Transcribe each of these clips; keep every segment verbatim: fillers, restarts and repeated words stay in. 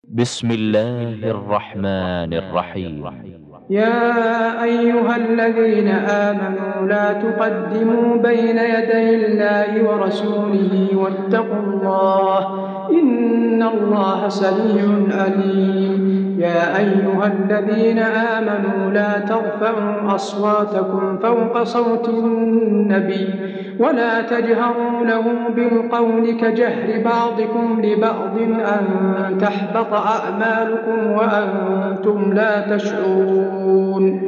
بسم الله الرحمن الرحيم. يا أيها الذين آمنوا لا تقدموا بين يدي الله ورسوله واتقوا الله إن الله سميع عليم. يا أيها الذين آمنوا لا ترفعوا أصواتكم فوق صوت النبي ولا تجهروا له بالقول كجهر بعضكم لبعض أن تحبط أعمالكم وأنتم لا تشعرون.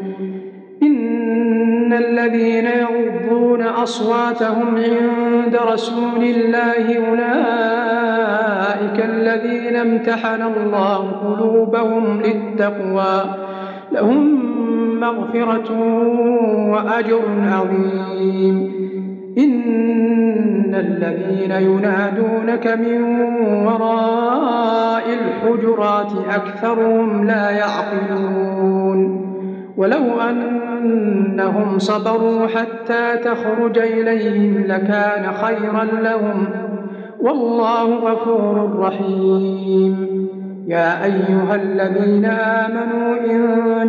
إن الذين يغضون أصواتهم عند رسول الله أولئك الذين امتحن الله قلوبهم للتقوى لهم مغفرة وأجر عظيم. إن الذين ينادونك من وراء الحجرات أكثرهم لا يعقلون. ولو أنهم صبروا حتى تخرج إليهم لكان خيرا لهم والله غفور رحيم. يا أيها الذين آمنوا إن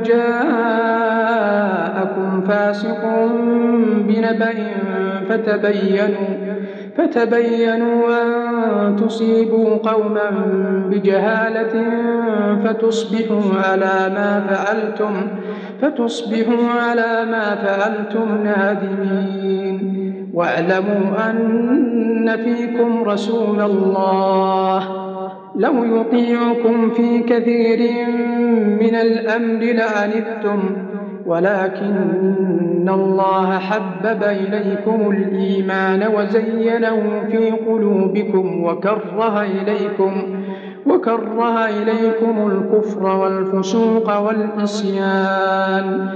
جاءكم فاسق بنبأ فتبينوا فتبينوا أن تصيبوا قوما بجهالة فتصبحوا على ما فعلتم فتصبحوا على ما فعلتم نادمين. واعلموا أن فيكم رسول الله لو يطيعكم في كثير من الأمر لعنتم ولكن الله حبب إليكم الإيمان وزينه في قلوبكم وكره إليكم وكره إليكم الكفر والفسوق والعصيان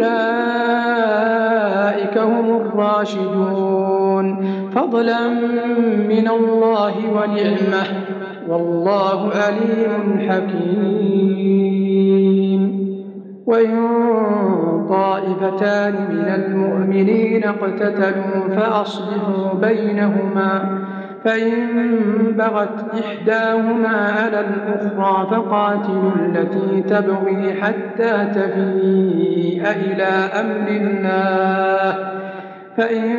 أولئك هم الراشدون فضلا من الله ونعمة والله عليم حكيم. وإن طائفتان من المؤمنين اقتتلوا فأصلحوا بينهما فإن بغت إحداهما على الأخرى فقاتلوا التي تبغي حتى تفيء إلى أمر الله فإن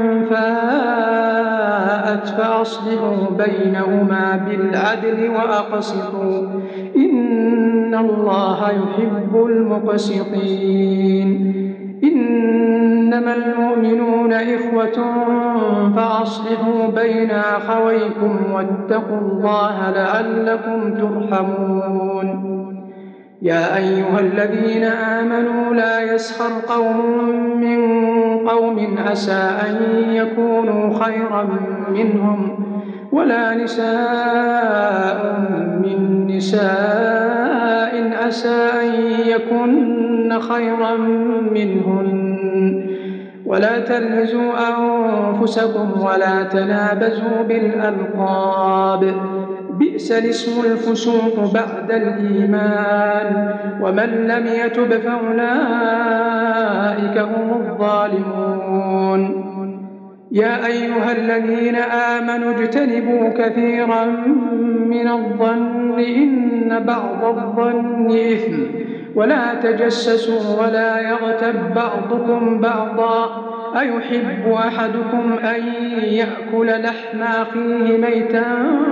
فاءت فأصلحوا بينهما بالعدل وأقسطوا إن الله يحب المقسطين. إنما المؤمنون إخوة فأصلحوا بين أخويكم واتقوا الله لعلكم ترحمون. يا أيها الذين آمنوا لا يسخر قوم من قوم عسى أن يكونوا خيرا منهم ولا نساء من نساء عسى أن يكن خيرا منهن ولا تلمزوا أنفسكم ولا تنابزوا بالألقاب بئس الاسم الفسوق بعد الإيمان ومن لم يتب فأولئك هم الظالمون. يا أيها الذين آمنوا اجتنبوا كثيرا من الظن إن بعض الظن إثم ولا تجسسوا ولا يغتب بعضكم بعضا أيحب أحدكم أن يأكل لحم أخيه ميتا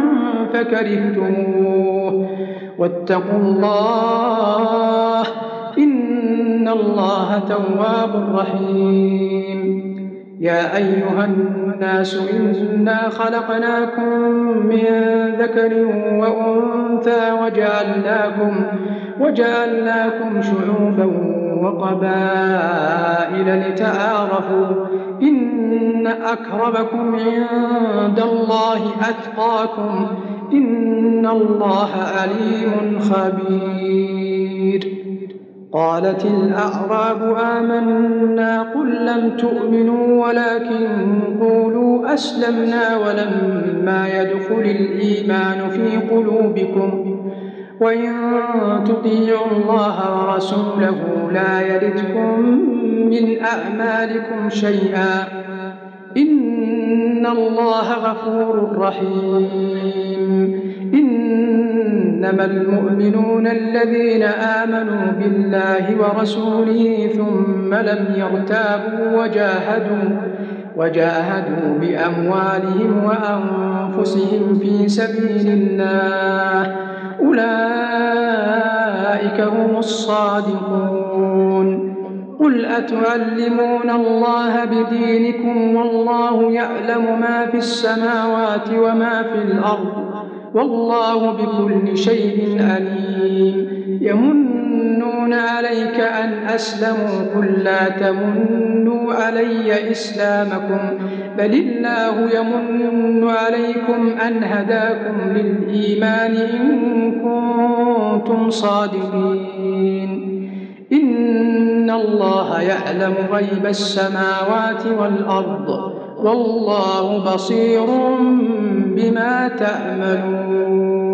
فكرهتموه واتقوا الله إن الله تواب رحيم. يا أيها الناس إنا خلقناكم من ذكر وأنثى وجعلناكم, وجعلناكم شعوبا وقبائل لتعارفوا إن أكرمكم عند الله أتقاكم إن الله عليم خبير. قالت الأعراب آمنا قل لم تؤمنوا ولكن قولوا أسلمنا ولما يدخل الإيمان في قلوبكم وإن تطيعوا الله ورسوله لا يلدكم من أعمالكم شيئا إن الله غفور رحيم. إن إنما المؤمنون الذين آمنوا بالله ورسوله ثم لم يرتابوا وجاهدوا وجاهدوا بأموالهم وأنفسهم في سبيل الله أولئك هم الصادقون. قل أتعلمون الله بدينكم والله يعلم ما في السماوات وما في الأرض والله بكل شيء عليم. يمنون عليك أن أسلموا قل لا تمنوا علي إسلامكم بل الله يمن عليكم أن هداكم للإيمان إن كنتم صادقين. إن الله يعلم غيب السماوات والأرض والله بصير بما تعملون.